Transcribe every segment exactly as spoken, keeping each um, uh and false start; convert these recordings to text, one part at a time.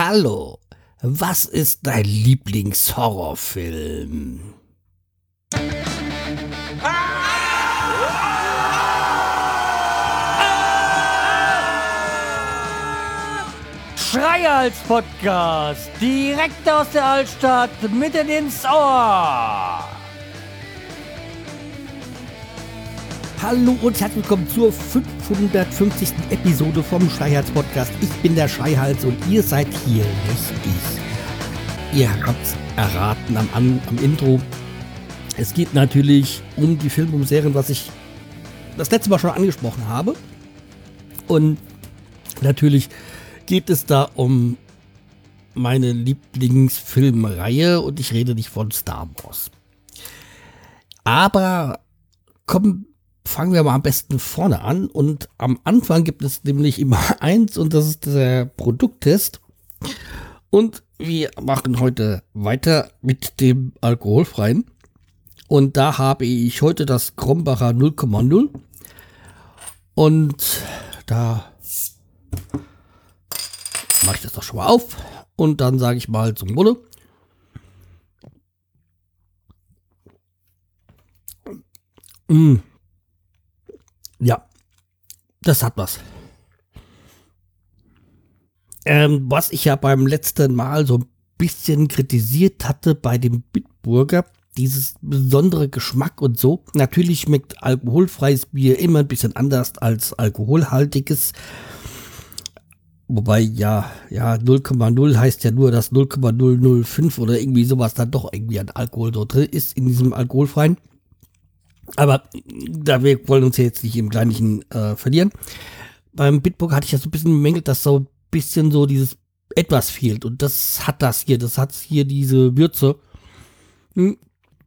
Hallo, was ist dein Lieblingshorrorfilm? Schreihals-Podcast, direkt aus der Altstadt, mitten ins Ohr. Hallo und herzlich willkommen zur fünfhundertfünfzigsten Episode vom Schreihals-Podcast. Ich bin der Schreihals und ihr seid hier richtig. Ihr habt's erraten am, am, am Intro. Es geht natürlich um die Filme, um Serien, was ich das letzte Mal schon angesprochen habe. Und natürlich geht es da um meine Lieblingsfilmreihe und ich rede nicht von Star Wars. Aber komm, fangen wir mal am besten vorne an und am Anfang gibt es nämlich immer eins und das ist der Produkttest. Und wir machen heute weiter mit dem alkoholfreien und da habe ich heute das Krombacher null Komma null und da mache ich das doch schon mal auf und dann sage ich mal zum Wohle. Mm. Ja, das hat was. Ähm, was ich ja beim letzten Mal so ein bisschen kritisiert hatte bei dem Bitburger, dieses besondere Geschmack und so. Natürlich schmeckt alkoholfreies Bier immer ein bisschen anders als alkoholhaltiges. Wobei, ja, ja, null Komma null heißt ja nur, dass null Komma null null fünf oder irgendwie sowas dann doch irgendwie an Alkohol so drin ist in diesem alkoholfreien. Aber da wir wollen uns ja jetzt nicht im Kleinlichen äh, verlieren. Beim Bitburger hatte ich ja so ein bisschen bemängelt, dass so ein bisschen so dieses etwas fehlt. Und das hat das hier. Das hat hier diese Würze. Hm.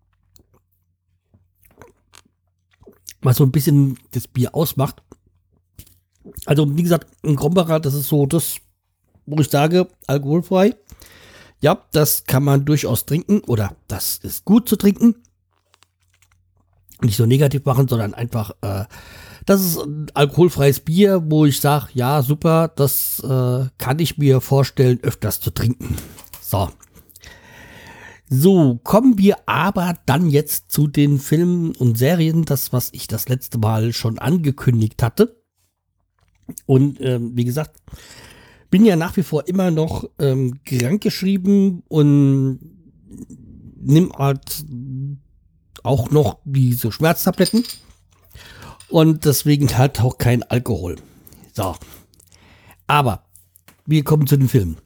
Was so ein bisschen das Bier ausmacht. Also wie gesagt, ein Krombacher, das ist so das, wo ich sage, alkoholfrei. Ja, das kann man durchaus trinken oder das ist gut zu trinken. Nicht so negativ machen, sondern einfach, äh, das ist ein alkoholfreies Bier, wo ich sage, ja, super, das äh, kann ich mir vorstellen, öfters zu trinken. So. So, kommen wir aber dann jetzt zu den Filmen und Serien, das, was ich das letzte Mal schon angekündigt hatte. Und ähm, wie gesagt, bin ja nach wie vor immer noch ähm, krankgeschrieben und nimm halt auch noch diese Schmerztabletten und deswegen halt auch kein Alkohol. So. Aber wir kommen zu den Filmen.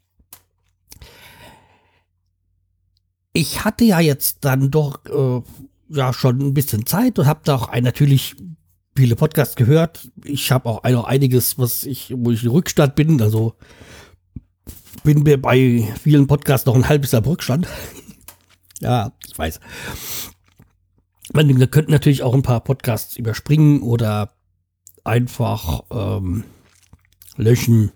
Ich hatte ja jetzt dann doch äh, ja schon ein bisschen Zeit und habe da auch ein, natürlich viele Podcasts gehört. Ich habe auch noch einiges, was ich, wo ich in Rückstand bin. Also bin mir bei vielen Podcasts noch ein halbes Jahr Rückstand. Ja, ich weiß. Man könnte natürlich auch ein paar Podcasts überspringen oder einfach ähm, löschen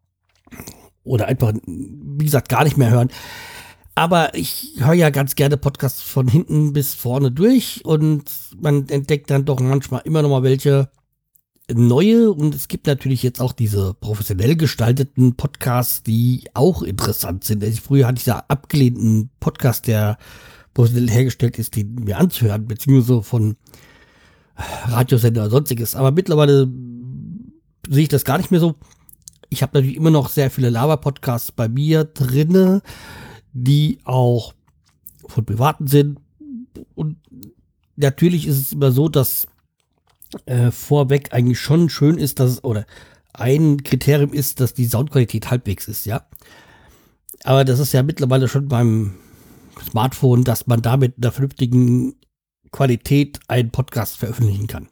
oder einfach, wie gesagt, gar nicht mehr hören. Aber ich höre ja ganz gerne Podcasts von hinten bis vorne durch und man entdeckt dann doch manchmal immer noch mal welche neue und es gibt natürlich jetzt auch diese professionell gestalteten Podcasts, die auch interessant sind. Also früher hatte ich ja abgelehnten Podcast, der professionell hergestellt ist, den mir anzuhören, beziehungsweise von Radiosender oder sonstiges. Aber mittlerweile sehe ich das gar nicht mehr so. Ich habe natürlich immer noch sehr viele Lava-Podcasts bei mir drinne, die auch von Privaten sind. Und natürlich ist es immer so, dass äh, vorweg eigentlich schon schön ist, dass, oder ein Kriterium ist, dass die Soundqualität halbwegs ist, ja. Aber das ist ja mittlerweile schon beim Smartphone, dass man da mit einer vernünftigen Qualität einen Podcast veröffentlichen kann.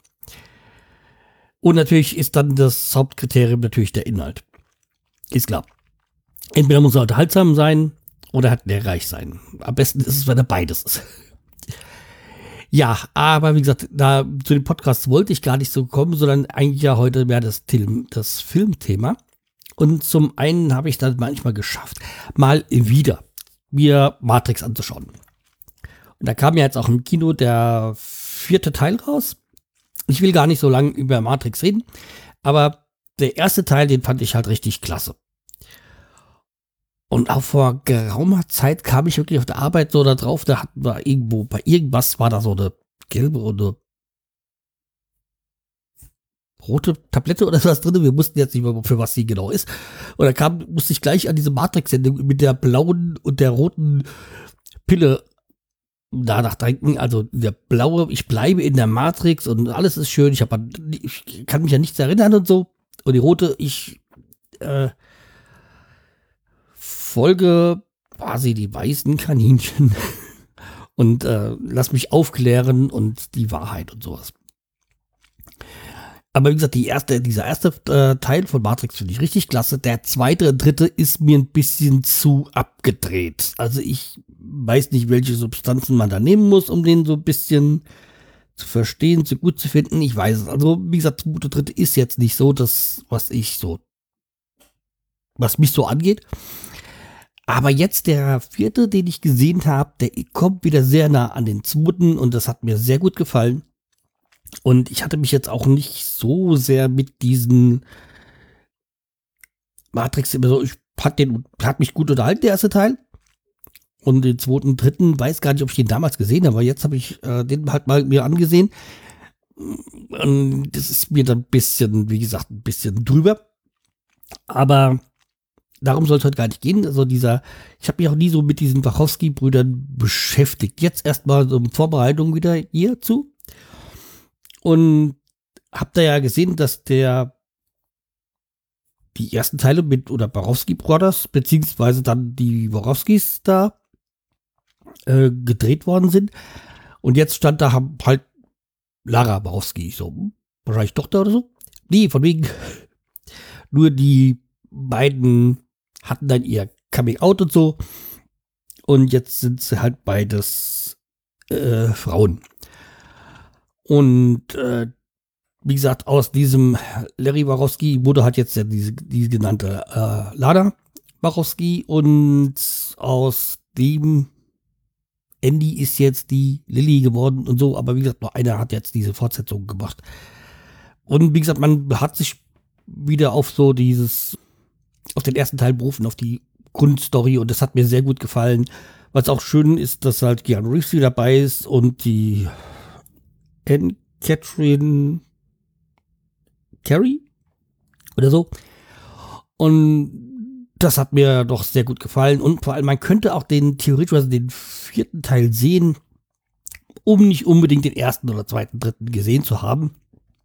Und natürlich ist dann das Hauptkriterium natürlich der Inhalt. Ist klar. Entweder muss er unterhaltsam sein oder hat lehrreich sein. Am besten ist es, wenn er beides ist. Ja, aber wie gesagt, da zu dem Podcast wollte ich gar nicht so kommen, sondern eigentlich ja heute mehr das, das Filmthema. Und zum einen habe ich dann manchmal geschafft, mal wieder mir Matrix anzuschauen. Und da kam ja jetzt auch im Kino der vierte Teil raus. Ich will gar nicht so lange über Matrix reden, aber der erste Teil, den fand ich halt richtig klasse. Und auch vor geraumer Zeit kam ich wirklich auf der Arbeit so da drauf, da hatten wir irgendwo, bei irgendwas war da so eine gelbe oder rote Tablette oder was drin. Wir wussten jetzt nicht mehr, für was sie genau ist. Und da kam, musste ich gleich an diese Matrix-Sendung mit der blauen und der roten Pille danach denken. Also der blaue, ich bleibe in der Matrix und alles ist schön. Ich, hab, ich kann mich an nichts erinnern und so. Und die rote, ich äh, folge quasi die weißen Kaninchen und äh, lass mich aufklären und die Wahrheit und sowas. Aber wie gesagt, die erste, dieser erste äh, Teil von Matrix finde ich richtig klasse. Der zweite und dritte ist mir ein bisschen zu abgedreht. Also ich weiß nicht, welche Substanzen man da nehmen muss, um den so ein bisschen zu verstehen, zu gut zu finden. Ich weiß es. Also wie gesagt, der zweite und dritte ist jetzt nicht so das, was ich so, was mich so angeht. Aber jetzt der vierte, den ich gesehen habe, der kommt wieder sehr nah an den zweiten und das hat mir sehr gut gefallen. Und ich hatte mich jetzt auch nicht so sehr mit diesen Matrix immer so, ich hat, den, hat mich gut unterhalten, der erste Teil. Und den zweiten und dritten, weiß gar nicht, ob ich den damals gesehen habe, aber jetzt habe ich äh, den halt mal mir angesehen. Und das ist mir dann ein bisschen, wie gesagt, ein bisschen drüber. Aber darum soll es heute gar nicht gehen. Also dieser, ich habe mich auch nie so mit diesen Wachowski-Brüdern beschäftigt. Jetzt erstmal so in Vorbereitung wieder hierzu. Und habt ihr ja gesehen, dass der die ersten Teile mit oder Wachowski Brothers, beziehungsweise dann die Wachowskis da äh, gedreht worden sind. Und jetzt stand da halt Lara Wachowski, so wahrscheinlich Tochter oder so. Nee, von wegen nur die beiden hatten dann ihr Coming Out und so. Und jetzt sind sie halt beides äh, Frauen. Und äh, wie gesagt, aus diesem Larry Wachowski wurde halt jetzt ja diese, diese genannte äh, Lana Wachowski und aus dem Andy ist jetzt die Lily geworden und so, aber wie gesagt, nur einer hat jetzt diese Fortsetzung gemacht. Und wie gesagt, man hat sich wieder auf so dieses, auf den ersten Teil berufen, auf die Grundstory und das hat mir sehr gut gefallen. Was auch schön ist, dass halt Keanu Reeves wieder dabei ist und die Anne Catherine Carey oder so. Und das hat mir doch sehr gut gefallen. Und vor allem, man könnte auch den theoretisch den vierten Teil sehen, um nicht unbedingt den ersten oder zweiten, dritten gesehen zu haben.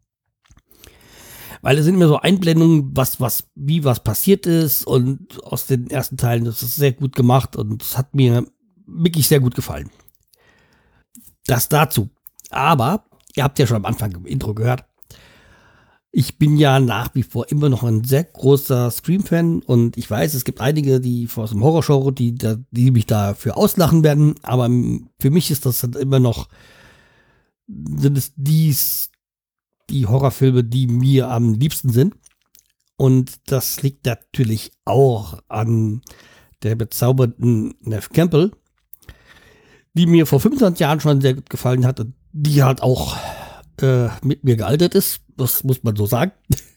Weil es sind immer so Einblendungen, was, was, wie was passiert ist. Und aus den ersten Teilen, das ist sehr gut gemacht und es hat mir wirklich sehr gut gefallen. Das dazu. Aber ihr habt ja schon am Anfang im Intro gehört, ich bin ja nach wie vor immer noch ein sehr großer Scream-Fan und ich weiß, es gibt einige, die aus dem Horrorgenre, die, die mich dafür auslachen werden, aber für mich ist das immer noch, sind es dies, die Horrorfilme, die mir am liebsten sind. Und das liegt natürlich auch an der bezaubernden Neve Campbell, die mir vor fünfundzwanzig Jahren schon sehr gut gefallen hat und die halt auch äh, mit mir gealtert ist. Das muss man so sagen.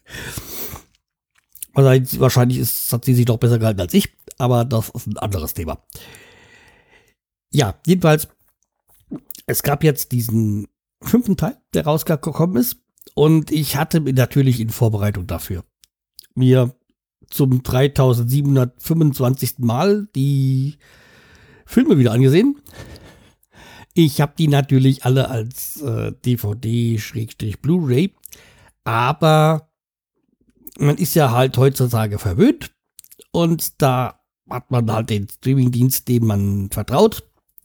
Also wahrscheinlich ist, hat sie sich doch besser gehalten als ich, aber das ist ein anderes Thema. Ja, jedenfalls, es gab jetzt diesen fünften Teil, der rausgekommen ist und ich hatte mir natürlich in Vorbereitung dafür mir zum dreitausendsiebenhundertfünfundzwanzigsten Mal die Filme wieder angesehen. Ich habe die natürlich alle als äh, D V D-Blu-ray, aber man ist ja halt heutzutage verwöhnt und da hat man halt den Streamingdienst, dem man vertraut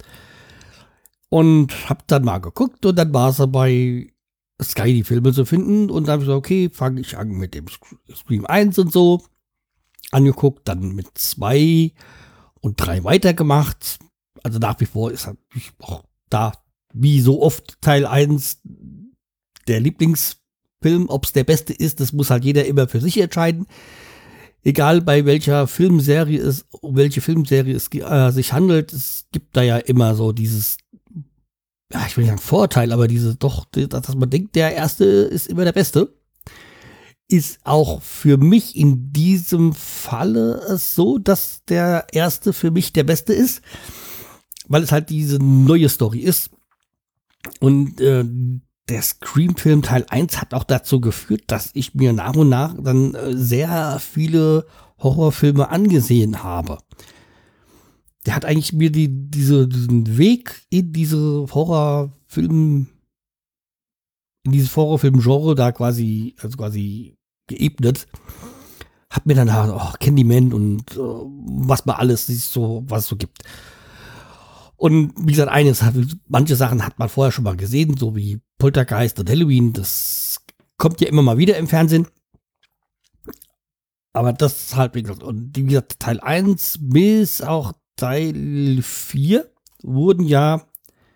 und hab dann mal geguckt und dann war es bei Sky die Filme zu finden und dann habe ich gesagt, okay, fange ich an mit dem Scream eins und so, angeguckt, dann mit zwei und drei weitergemacht. Also nach wie vor ist natürlich auch da, wie so oft, Teil eins der Lieblingsfilm. Ob es der beste ist, das muss halt jeder immer für sich entscheiden. Egal bei welcher Filmserie es, um welche Filmserie es äh, sich handelt, es gibt da ja immer so dieses, ja, ich will nicht sagen Vorteil, aber diese doch, dass man denkt, der erste ist immer der beste. ist auch für mich in diesem Falle es so, dass der erste für mich der beste ist, weil es halt diese neue Story ist. Und äh, der Scream-Film Teil eins hat auch dazu geführt, dass ich mir nach und nach dann äh, sehr viele Horrorfilme angesehen habe. Der hat eigentlich mir die, diese, diesen Weg in diese Horrorfilm, in dieses Horrorfilm-Genre da quasi, also quasi geebnet. Hab mir dann oh, Candyman und äh, was man alles so, was es so gibt. Und wie gesagt, eines, manche Sachen hat man vorher schon mal gesehen, so wie Poltergeist und Halloween. Das kommt ja immer mal wieder im Fernsehen. Aber das ist halt, wie gesagt, und wie gesagt, Teil eins bis auch Teil vier wurden ja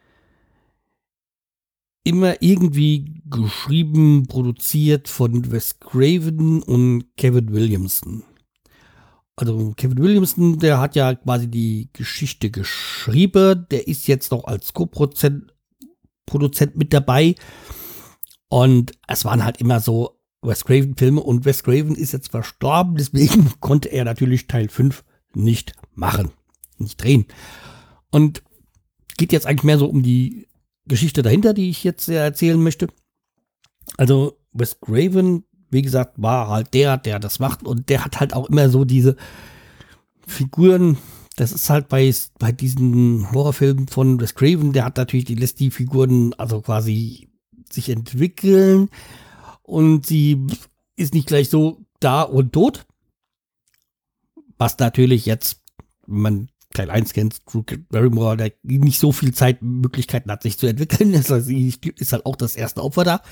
immer irgendwie geschrieben, produziert von Wes Craven und Kevin Williamson. Also Kevin Williamson, der hat ja quasi die Geschichte geschrieben. Der ist jetzt noch als Co-Produzent Produzent mit dabei. Und es waren halt immer so Wes Craven-Filme. Und Wes Craven ist jetzt verstorben. Deswegen konnte er natürlich Teil fünf nicht machen. Nicht drehen. Und geht jetzt eigentlich mehr so um die Geschichte dahinter, die ich jetzt erzählen möchte. Also Wes Craven, wie gesagt, war halt der, der das macht, und der hat halt auch immer so diese Figuren. Das ist halt bei, bei diesen Horrorfilmen von Wes Craven, der hat natürlich, die lässt die Figuren also quasi sich entwickeln, und sie ist nicht gleich so da und tot. Was natürlich jetzt, wenn man Teil eins kennt, Drew Barrymore, der nicht so viel Zeit, Möglichkeiten hat, sich zu entwickeln. Das heißt, sie ist halt auch das erste Opfer da.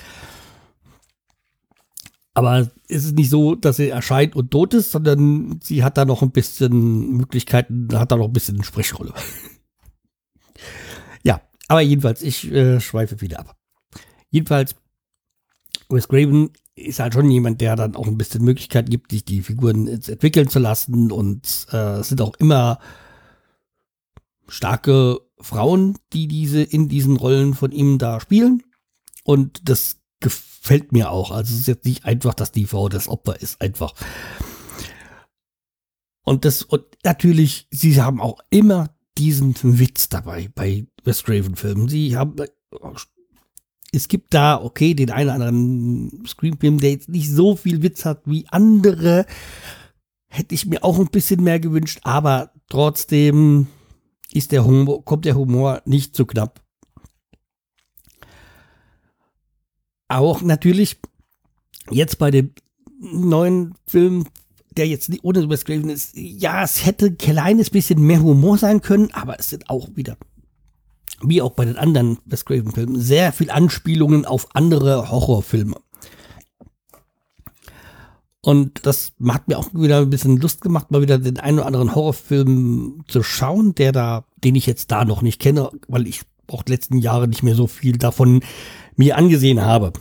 Aber es ist nicht so, dass sie erscheint und tot ist, sondern sie hat da noch ein bisschen Möglichkeiten, hat da noch ein bisschen Sprechrolle. Ja, aber jedenfalls, ich äh, schweife wieder ab. Jedenfalls, Wes Craven ist halt schon jemand, der dann auch ein bisschen Möglichkeiten gibt, sich die Figuren entwickeln zu lassen, und äh, es sind auch immer starke Frauen, die diese in diesen Rollen von ihm da spielen, und das gefällt mir auch. Also es ist jetzt nicht einfach, dass die Frau das Opfer ist, einfach. Und das, und natürlich, sie haben auch immer diesen Witz dabei bei Wes Craven-Filmen. Sie haben, es gibt da, okay, den einen oder anderen Scream-Film, der jetzt nicht so viel Witz hat wie andere. Hätte ich mir auch ein bisschen mehr gewünscht, aber trotzdem ist der Humor, kommt der Humor nicht zu knapp. Auch natürlich jetzt bei dem neuen Film, der jetzt nicht ohne Wes Craven ist, ja, es hätte ein kleines bisschen mehr Humor sein können, aber es sind auch wieder, wie auch bei den anderen Wes Craven-Filmen, sehr viel Anspielungen auf andere Horrorfilme. Und das hat mir auch wieder ein bisschen Lust gemacht, mal wieder den einen oder anderen Horrorfilm zu schauen, der da, den ich jetzt da noch nicht kenne, weil ich auch die letzten Jahre nicht mehr so viel davon mir angesehen habe.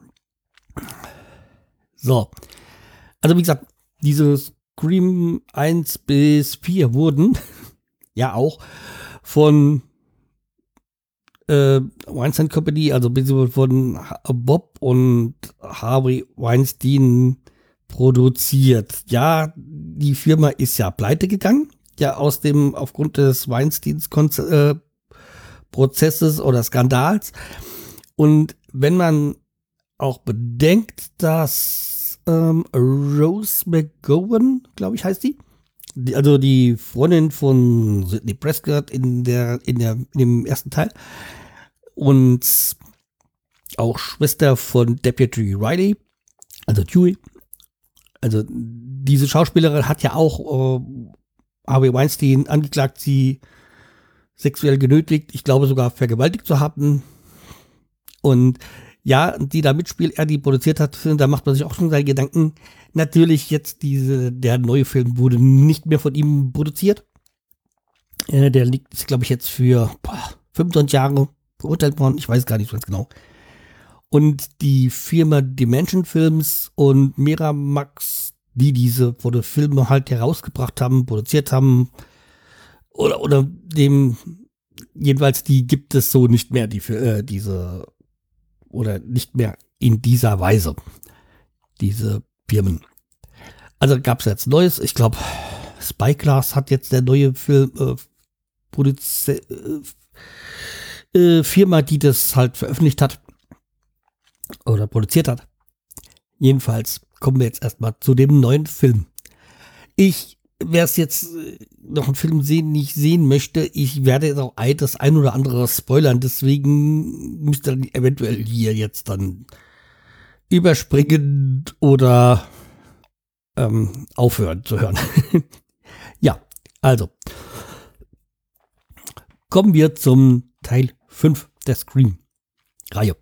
So. Also wie gesagt, diese Scream eins bis vier wurden ja auch von äh, Weinstein Company, also von Bob und Harvey Weinstein produziert. Ja, die Firma ist ja pleite gegangen, ja, aus dem, aufgrund des Weinsteins äh, Prozesses oder Skandals. Und wenn man auch bedenkt, dass ähm, Rose McGowan, glaube ich, heißt die, die, also die Freundin von Sidney Prescott in der, in der, in dem ersten Teil, und auch Schwester von Deputy Riley, also Dewey. Also diese Schauspielerin hat ja auch äh, Harvey Weinstein angeklagt, sie sexuell genötigt, ich glaube sogar vergewaltigt zu haben. Und ja, die da mitspielt, er die produziert hat, da macht man sich auch schon seine Gedanken. Natürlich jetzt diese, der neue Film wurde nicht mehr von ihm produziert. Äh, der liegt, glaube ich, jetzt für boah, fünfundzwanzig Jahre verurteilt worden. Ich weiß gar nicht ganz genau. Und die Firma Dimension Films und Miramax, die diese Filme halt herausgebracht haben, produziert haben, oder, oder dem, jedenfalls die gibt es so nicht mehr, die äh, diese, oder nicht mehr in dieser Weise. Diese Firmen. Also gab es jetzt Neues. Ich glaube, Spyglass hat jetzt der neue Film äh, Produzi- äh, äh, Firma, die das halt veröffentlicht hat oder produziert hat. Jedenfalls kommen wir jetzt erstmal zu dem neuen Film. Ich wer es jetzt noch einen Film sehen, nicht sehen möchte, ich werde jetzt auch das ein oder andere spoilern, deswegen müsst ihr eventuell hier jetzt dann überspringen oder ähm, aufhören zu hören. Ja, also kommen wir zum Teil fünf der Scream-Reihe.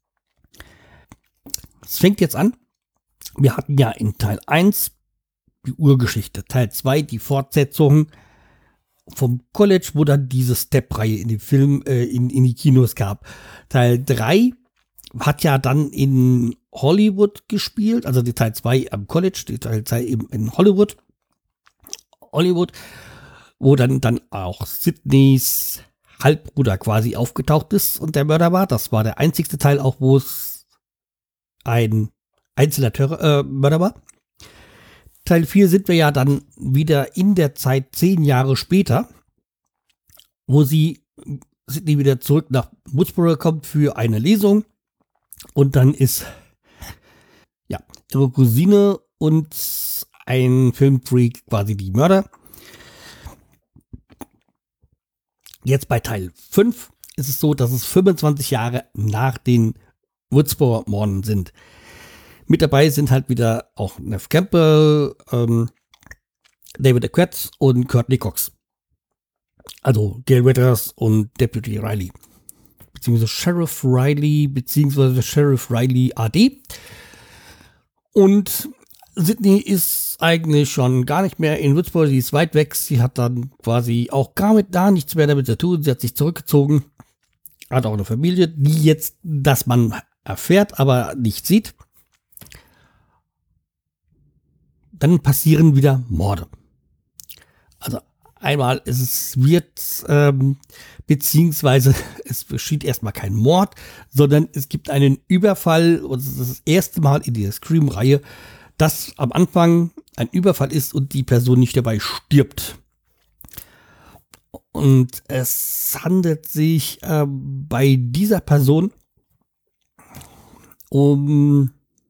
Es fängt jetzt an. Wir hatten ja in Teil eins die Urgeschichte, Teil zwei die Fortsetzung vom College, wo dann diese Step-Reihe in den Film, äh, in, in die Kinos gab. Teil drei hat ja dann in Hollywood gespielt, also die Teil zwei am College, die Teil zwei eben in Hollywood. Hollywood, wo dann, dann auch Sydneys Halbbruder quasi aufgetaucht ist und der Mörder war. Das war der einzigste Teil auch, wo es ein einzelner Terror, äh, Mörder war. Teil vier sind wir ja dann wieder in der Zeit zehn Jahre später, wo sie Sydney wieder zurück nach Woodsboro kommt für eine Lesung und dann ist ja ihre Cousine und ein Filmfreak quasi die Mörder. Jetzt bei Teil fünf ist es so, dass es fünfundzwanzig Jahre nach den Woodsboro-Morden sind. Mit dabei sind halt wieder auch Neve Campbell, ähm, David Arquette und Courtney Cox. Also Gail Weathers und Deputy Riley. Beziehungsweise Sheriff Riley, beziehungsweise Sheriff Riley A D. Und Sydney ist eigentlich schon gar nicht mehr in Woodsboro, sie ist weit weg. Sie hat dann quasi auch gar mit da nichts mehr damit zu tun. Sie hat sich zurückgezogen. Hat auch eine Familie, die jetzt, dass man erfährt, aber nicht sieht. Dann passieren wieder Morde. Also einmal ist es wird, ähm, beziehungsweise es geschieht erstmal kein Mord, sondern es gibt einen Überfall und es ist das erste Mal in dieser Scream-Reihe, dass am Anfang ein Überfall ist und die Person nicht dabei stirbt. Und es handelt sich äh, bei dieser Person um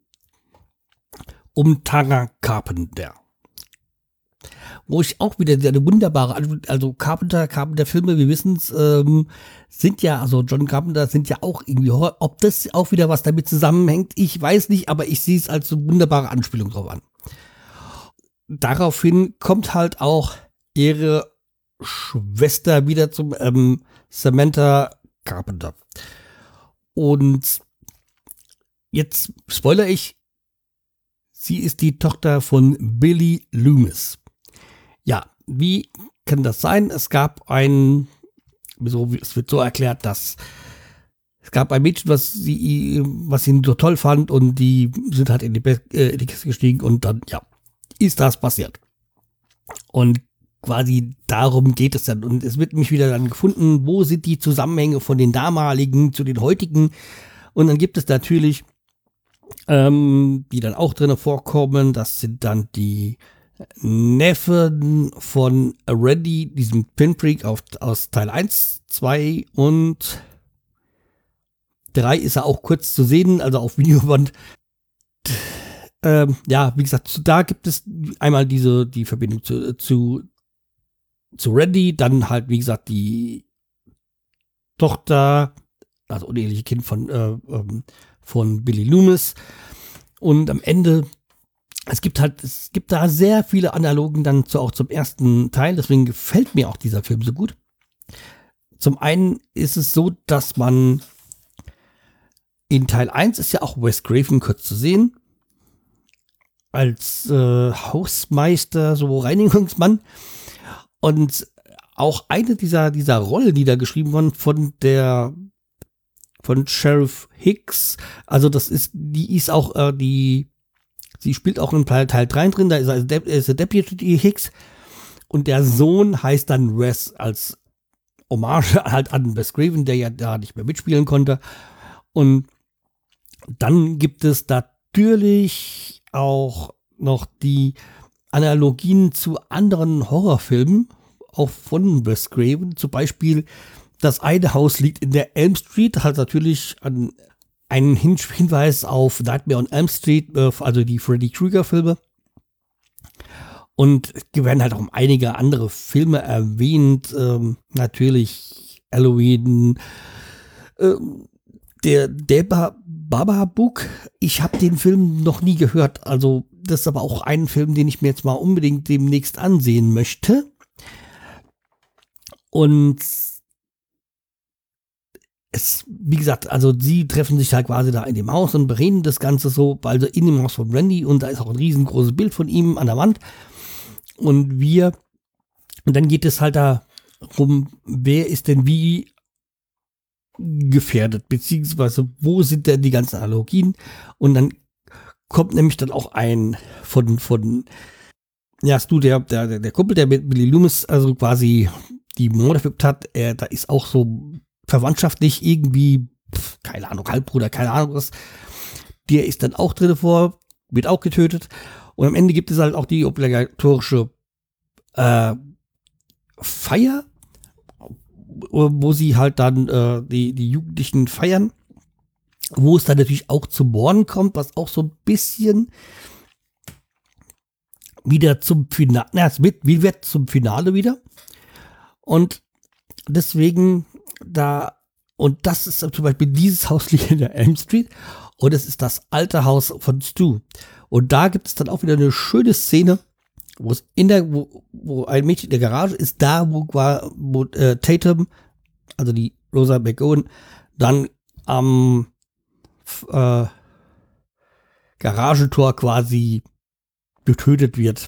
um Tara Carpenter. Wo ich auch wieder eine wunderbare, also Carpenter, Carpenter-Filme, wir wissen es, ähm, sind ja, also John Carpenter sind ja auch irgendwie, ob das auch wieder was damit zusammenhängt, ich weiß nicht, aber ich sehe es als eine wunderbare Anspielung drauf an. Daraufhin kommt halt auch ihre Schwester wieder zum ähm, Samantha Carpenter. Und jetzt spoilere ich, sie ist die Tochter von Billy Loomis. Ja, wie kann das sein? Es gab ein, so, es wird so erklärt, dass es gab ein Mädchen, was sie, was ihn so toll fand und die sind halt in die, Be- äh, in die Kiste gestiegen und dann, ja, ist das passiert. Und quasi darum geht es dann. Und es wird mich wieder dann gefunden, wo sind die Zusammenhänge von den damaligen zu den heutigen. Und dann gibt es natürlich Ähm, die dann auch drin vorkommen. Das sind dann die Neffen von Randy, diesem Pinprick aus Teil eins, zwei und drei ist er auch kurz zu sehen, also auf Videoband. Ähm, ja, wie gesagt, da gibt es einmal diese, die Verbindung zu, zu, zu Randy, dann halt, wie gesagt, die Tochter, also uneheliche Kind von, äh, ähm, von Billy Loomis. Und am Ende, es gibt halt, es gibt da sehr viele Analogen dann zu, auch zum ersten Teil, deswegen gefällt mir auch dieser Film so gut. Zum einen ist es so, dass man in Teil eins ist ja auch Wes Craven kurz zu sehen, als äh, Hausmeister, so Reinigungsmann. Und auch eine dieser, dieser Rollen, die da geschrieben wurden von der von Sheriff Hicks, also das ist, die ist auch äh, die, sie spielt auch in Teil drei drin, da ist er De- ist der Deputy Hicks und der Sohn heißt dann Wes, als Hommage halt an Wes Craven, der ja da nicht mehr mitspielen konnte. Und dann gibt es natürlich auch noch die Analogien zu anderen Horrorfilmen, auch von Wes Craven. Zum Beispiel, das eine Haus liegt in der Elm Street, hat natürlich an einen Hin- Hinweis auf Nightmare on Elm Street, äh, also die Freddy Krueger-Filme. Und es werden halt auch einige andere Filme erwähnt, ähm, natürlich Halloween, ähm, der Deba Bababook. Ich habe den Film noch nie gehört, also das ist aber auch ein Film, den ich mir jetzt mal unbedingt demnächst ansehen möchte. Und es, wie gesagt, also sie treffen sich halt quasi da in dem Haus und bereden das Ganze so, also in dem Haus von Randy, und da ist auch ein riesengroßes Bild von ihm an der Wand. Und wir, und dann geht es halt darum, wer ist denn wie gefährdet, beziehungsweise wo sind denn die ganzen Analogien? Und dann kommt nämlich dann auch ein von, von, ja, Stu, der, der, der Kumpel, der mit Billy Loomis also quasi die Morde verübt hat, er, da ist auch so verwandtschaftlich irgendwie, pf, keine Ahnung, Halbbruder, keine Ahnung was, der ist dann auch drin vor, wird auch getötet. Und am Ende gibt es halt auch die obligatorische äh, Feier, wo sie halt dann äh, die, die Jugendlichen feiern, wo es dann natürlich auch zu Morden kommt, was auch so ein bisschen wieder zum Finale, na, es wird, wie wird zum Finale wieder. Und deswegen da, und das ist zum Beispiel dieses Haus liegt in der Elm Street, und es ist das alte Haus von Stu. Und da gibt es dann auch wieder eine schöne Szene, wo es in der, wo, wo ein Mädchen in der Garage ist, da wo war, wo äh, Tatum, also die Rosa McGowan, dann am äh, Garagentor quasi getötet wird.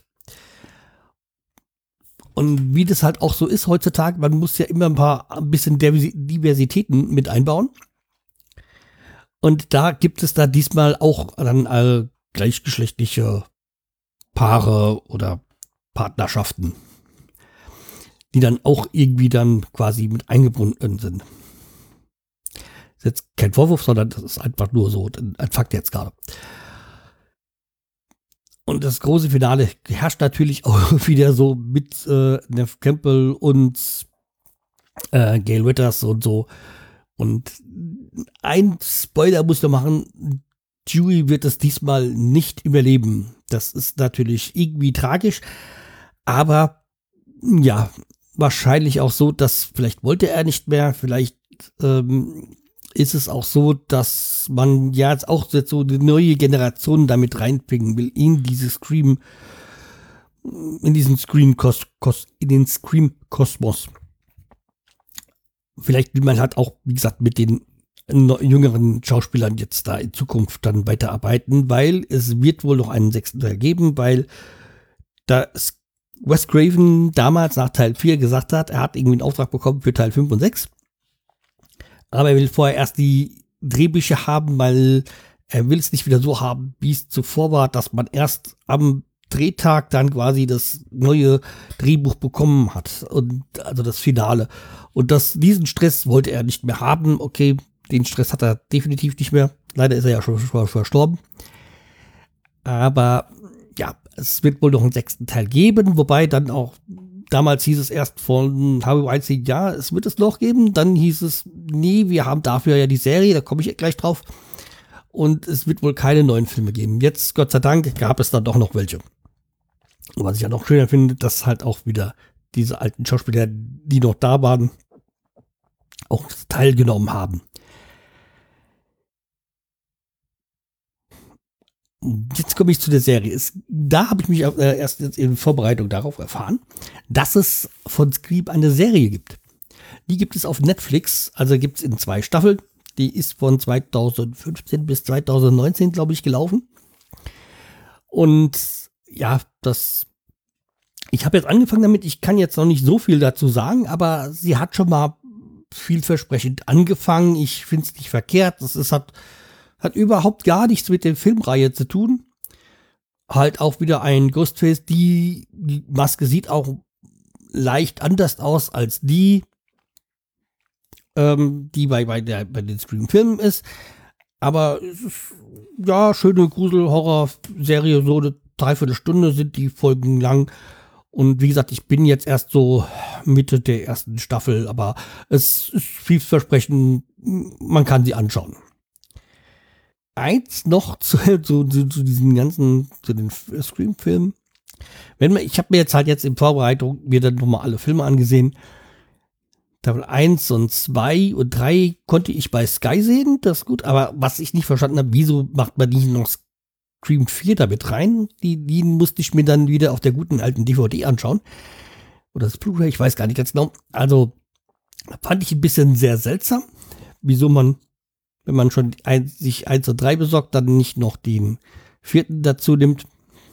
Und wie das halt auch so ist heutzutage, man muss ja immer ein paar, ein bisschen Diversitäten mit einbauen. Und da gibt es da diesmal auch dann äh, gleichgeschlechtliche Paare oder Partnerschaften, die dann auch irgendwie dann quasi mit eingebunden sind. Das ist jetzt kein Vorwurf, sondern das ist einfach nur so ein Fakt jetzt gerade. Und das große Finale herrscht natürlich auch wieder so mit äh, Neve Campbell und äh, Gail Weathers und so. Und ein Spoiler muss ich noch machen, Dewey wird es diesmal nicht überleben. Das ist natürlich irgendwie tragisch, aber ja, wahrscheinlich auch so, dass vielleicht wollte er nicht mehr, vielleicht ähm, ist es auch so, dass man ja jetzt auch jetzt so eine neue Generation damit reinbringen will, in diese Scream, in diesen Scream Kos, Kos, in den Scream Kosmos. Vielleicht will man halt auch, wie gesagt, mit den jüngeren Schauspielern jetzt da in Zukunft dann weiterarbeiten, weil es wird wohl noch einen sechsten Teil geben, weil da Wes Craven damals nach Teil vier gesagt hat, er hat irgendwie einen Auftrag bekommen für Teil fünf und sechs, aber er will vorher erst die Drehbücher haben, weil er will es nicht wieder so haben, wie es zuvor war, dass man erst am Drehtag dann quasi das neue Drehbuch bekommen hat, und also das Finale. Und das, diesen Stress wollte er nicht mehr haben. Okay, den Stress hat er definitiv nicht mehr. Leider ist er ja schon, schon verstorben. Aber ja, es wird wohl noch einen sechsten Teil geben, wobei dann auch, damals hieß es erst von Harvey Weinstein, ja, es wird es noch geben. Dann hieß es, nee, wir haben dafür ja die Serie, da komme ich gleich drauf. Und es wird wohl keine neuen Filme geben. Jetzt, Gott sei Dank, gab es dann doch noch welche. Und was ich ja noch schöner finde, dass halt auch wieder diese alten Schauspieler, die noch da waren, auch teilgenommen haben. Jetzt komme ich zu der Serie. Es, da habe ich mich äh, erst jetzt in Vorbereitung darauf erfahren, dass es von Scream eine Serie gibt. Die gibt es auf Netflix, also gibt es in zwei Staffeln. Die ist von zweitausendfünfzehn bis zweitausendneunzehn, glaube ich, gelaufen. Und ja, das, ich habe jetzt angefangen damit, ich kann jetzt noch nicht so viel dazu sagen, aber sie hat schon mal vielversprechend angefangen. Ich finde es nicht verkehrt. Das ist, hat, hat überhaupt gar nichts mit der Filmreihe zu tun. Halt auch wieder ein Ghostface. Die, die Maske sieht auch leicht anders aus als die, ähm, die bei, bei, der, bei den Scream-Filmen ist. Aber es ist, ja, schöne Grusel-Horror-Serie, so eine Dreiviertelstunde sind die Folgen lang. Und wie gesagt, ich bin jetzt erst so Mitte der ersten Staffel, aber es ist vielversprechend, man kann sie anschauen. Eins noch zu, zu, zu, zu diesen ganzen, zu den Scream-Filmen. Wenn man, ich habe mir jetzt halt jetzt in Vorbereitung mir dann nochmal alle Filme angesehen. Teil eins und zwei und drei konnte ich bei Sky sehen, das ist gut, aber was ich nicht verstanden habe, wieso macht man nicht noch Scream vier damit rein? Die, die musste ich mir dann wieder auf der guten alten D V D anschauen. Oder das Blu-ray, ich weiß gar nicht ganz genau. Also fand ich ein bisschen sehr seltsam, wieso man, wenn man schon ein, sich eins und drei besorgt, dann nicht noch den vierten dazu nimmt.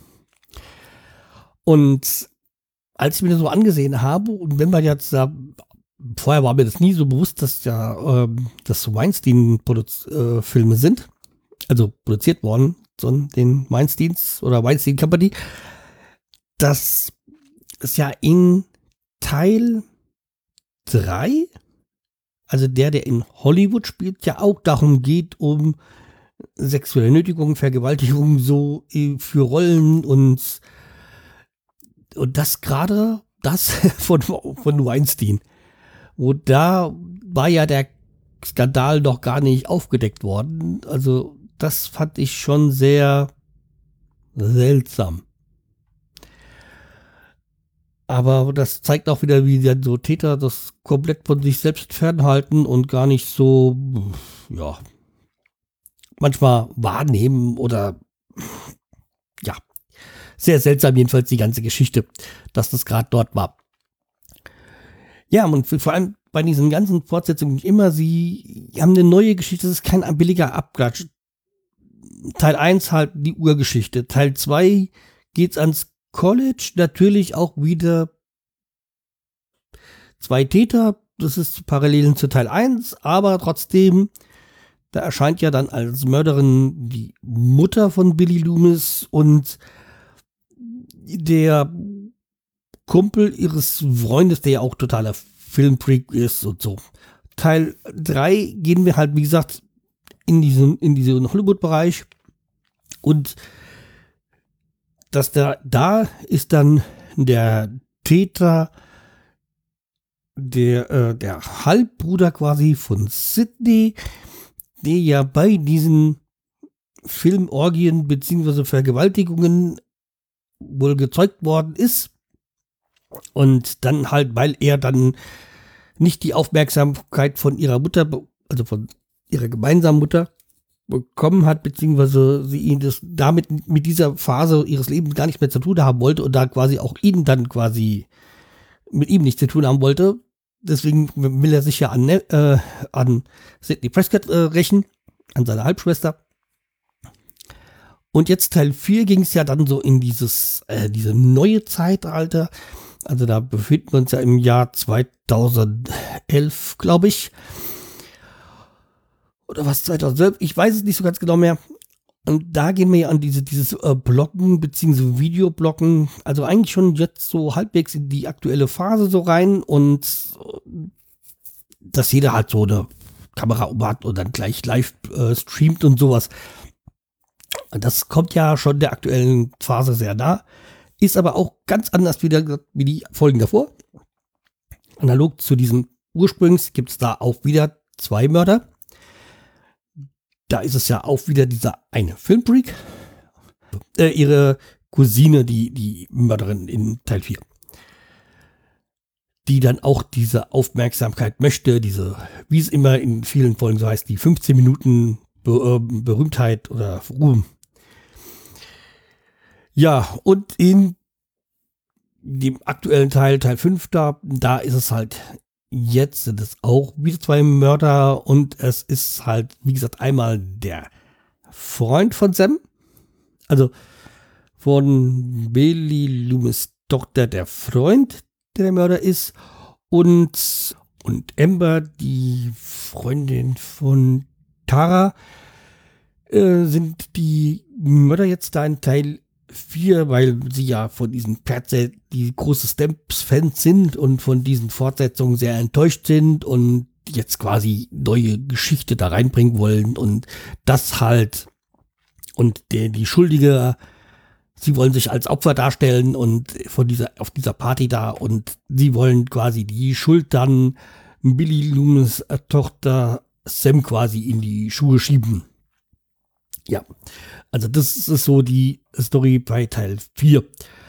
Und als ich mir das so angesehen habe, und wenn man jetzt da, vorher war mir das nie so bewusst, dass ja ähm, das Weinstein-Filme äh, sind, also produziert worden von den Weinsteins oder Weinstein Company, dass es ja in Teil drei, also der, der in Hollywood spielt, ja auch darum geht, um sexuelle Nötigung, Vergewaltigung, so äh, für Rollen und und das gerade das von, von Weinstein. Wo da war ja der Skandal noch gar nicht aufgedeckt worden. Also das fand ich schon sehr seltsam. Aber das zeigt auch wieder, wie dann so Täter das komplett von sich selbst fernhalten und gar nicht so, ja, manchmal wahrnehmen oder, ja, sehr seltsam jedenfalls die ganze Geschichte, dass das gerade dort war. Ja, und vor allem bei diesen ganzen Fortsetzungen immer, sie haben eine neue Geschichte, das ist kein billiger Abklatsch. Teil eins halt die Urgeschichte. Teil zwei geht's ans College, natürlich auch wieder zwei Täter, das ist Parallelen zu Teil eins, aber trotzdem, da erscheint ja dann als Mörderin die Mutter von Billy Loomis und der Kumpel ihres Freundes, der ja auch totaler Filmfreak ist und so. Teil drei gehen wir halt, wie gesagt, in diesen, in diesen Hollywood-Bereich und dass da, da ist dann der Täter, der, äh, der Halbbruder quasi von Sidney, der ja bei diesen Filmorgien beziehungsweise Vergewaltigungen wohl gezeugt worden ist und dann halt, weil er dann nicht die Aufmerksamkeit von ihrer Mutter, also von ihrer gemeinsamen Mutter bekommen hat, beziehungsweise sie ihn das damit mit dieser Phase ihres Lebens gar nicht mehr zu tun haben wollte und da quasi auch ihn dann quasi mit ihm nichts zu tun haben wollte. Deswegen will er sich ja an, äh, an Sidney Prescott äh, rächen, an seine Halbschwester. Und jetzt Teil vier ging es ja dann so in dieses, äh, diese neue Zeitalter. Also da befinden wir uns ja im Jahr zweitausendelf, glaube ich. Oder was, zweitausendzwölf? Ich weiß es nicht so ganz genau mehr. Und da gehen wir ja an diese, dieses äh, Bloggen, beziehungsweise Videobloggen, also eigentlich schon jetzt so halbwegs in die aktuelle Phase so rein und äh, dass jeder halt so eine Kamera um hat und dann gleich live äh, streamt und sowas. Das kommt ja schon der aktuellen Phase sehr nah, ist aber auch ganz anders wieder wie die Folgen davor. Analog zu diesen Ursprüngs gibt es da auch wieder zwei Mörder. Da ist es ja auch wieder dieser eine Filmfreak. Äh, ihre Cousine, die, die Mörderin in Teil vier. Die dann auch diese Aufmerksamkeit möchte, diese, wie es immer in vielen Folgen so heißt, die fünfzehn Minuten Be- äh, Berühmtheit oder Ruhm. Ja, und in dem aktuellen Teil, Teil fünf, da, da ist es halt, jetzt sind es auch wieder zwei Mörder und es ist halt, wie gesagt, einmal der Freund von Sam, also von Billy Loomis Tochter, der Freund, der der Mörder ist, und, und Amber, die Freundin von Tara, äh, sind die Mörder jetzt da in Teil vier, weil sie ja von diesen Pferd die große Stamps-Fans sind und von diesen Fortsetzungen sehr enttäuscht sind und jetzt quasi neue Geschichte da reinbringen wollen und das halt und der, die Schuldige, sie wollen sich als Opfer darstellen und von dieser, auf dieser Party da und sie wollen quasi die Schuld dann Billy Loomis Tochter Sam quasi in die Schuhe schieben. Ja, also das ist so die Story bei Teil vier.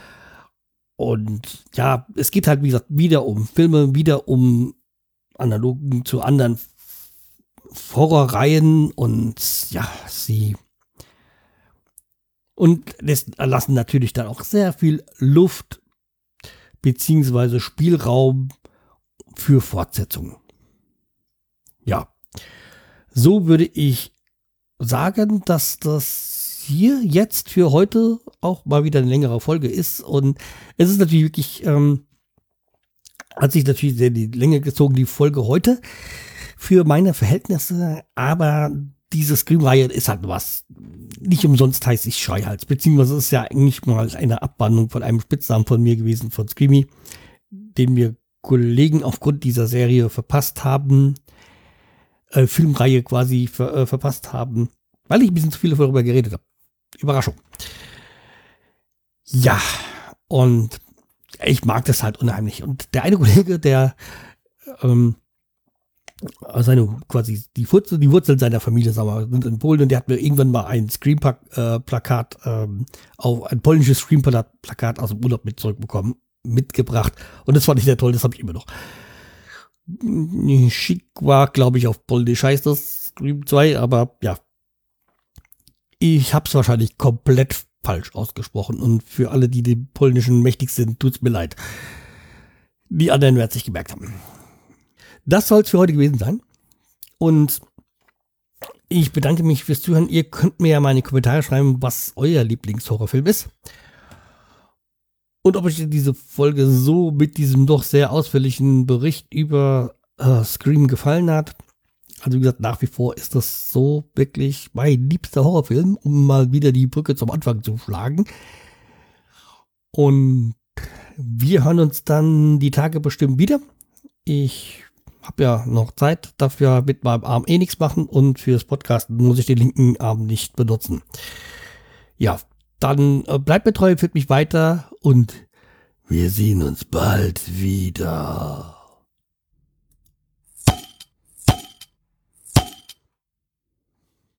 Und ja, es geht halt, wie gesagt, wieder um Filme, wieder um Analogen zu anderen Horrorreihen und ja, sie und lassen natürlich dann auch sehr viel Luft beziehungsweise Spielraum für Fortsetzungen. Ja, so würde ich sagen, dass das hier jetzt für heute auch mal wieder eine längere Folge ist und es ist natürlich wirklich, ähm, hat sich natürlich sehr die Länge gezogen, die Folge heute für meine Verhältnisse, aber diese Scream-Reihe ist halt was. Nicht umsonst heißt ich Schreihals, beziehungsweise es ist ja eigentlich mal eine Abwandlung von einem Spitznamen von mir gewesen, von Screamy, den mir Kollegen aufgrund dieser Serie verpasst haben, äh, Filmreihe quasi ver, äh, verpasst haben, weil ich ein bisschen zu viel darüber geredet habe. Überraschung. Ja, und ich mag das halt unheimlich. Und der eine Kollege, der ähm, seine quasi die Wurzel, die Wurzeln seiner Familie, sagen wir, sind in Polen und der hat mir irgendwann mal ein Scream-Plakat, ähm, auf ein polnisches Scream-Plakat aus dem Urlaub mit zurückbekommen, mitgebracht und das fand ich sehr toll, das habe ich immer noch. Schick war, glaube ich, auf Polnisch heißt das, Scream zwei, aber ja, ich habe es wahrscheinlich komplett falsch ausgesprochen und für alle, die dem Polnischen mächtig sind, tut's mir leid. Die anderen werden es sich gemerkt haben. Das soll es für heute gewesen sein. Und ich bedanke mich fürs Zuhören. Ihr könnt mir ja mal in die Kommentare schreiben, was euer Lieblingshorrorfilm ist. Und ob euch diese Folge so mit diesem doch sehr ausführlichen Bericht über äh, Scream gefallen hat. Also wie gesagt, nach wie vor ist das so wirklich mein liebster Horrorfilm, um mal wieder die Brücke zum Anfang zu schlagen. Und wir hören uns dann die Tage bestimmt wieder. Ich habe ja noch Zeit, darf ja mit meinem Arm eh nichts machen und fürs Podcasten muss ich den linken Arm nicht benutzen. Ja, dann äh, bleibt mir treu, empfiehlt mich weiter und wir sehen uns bald wieder.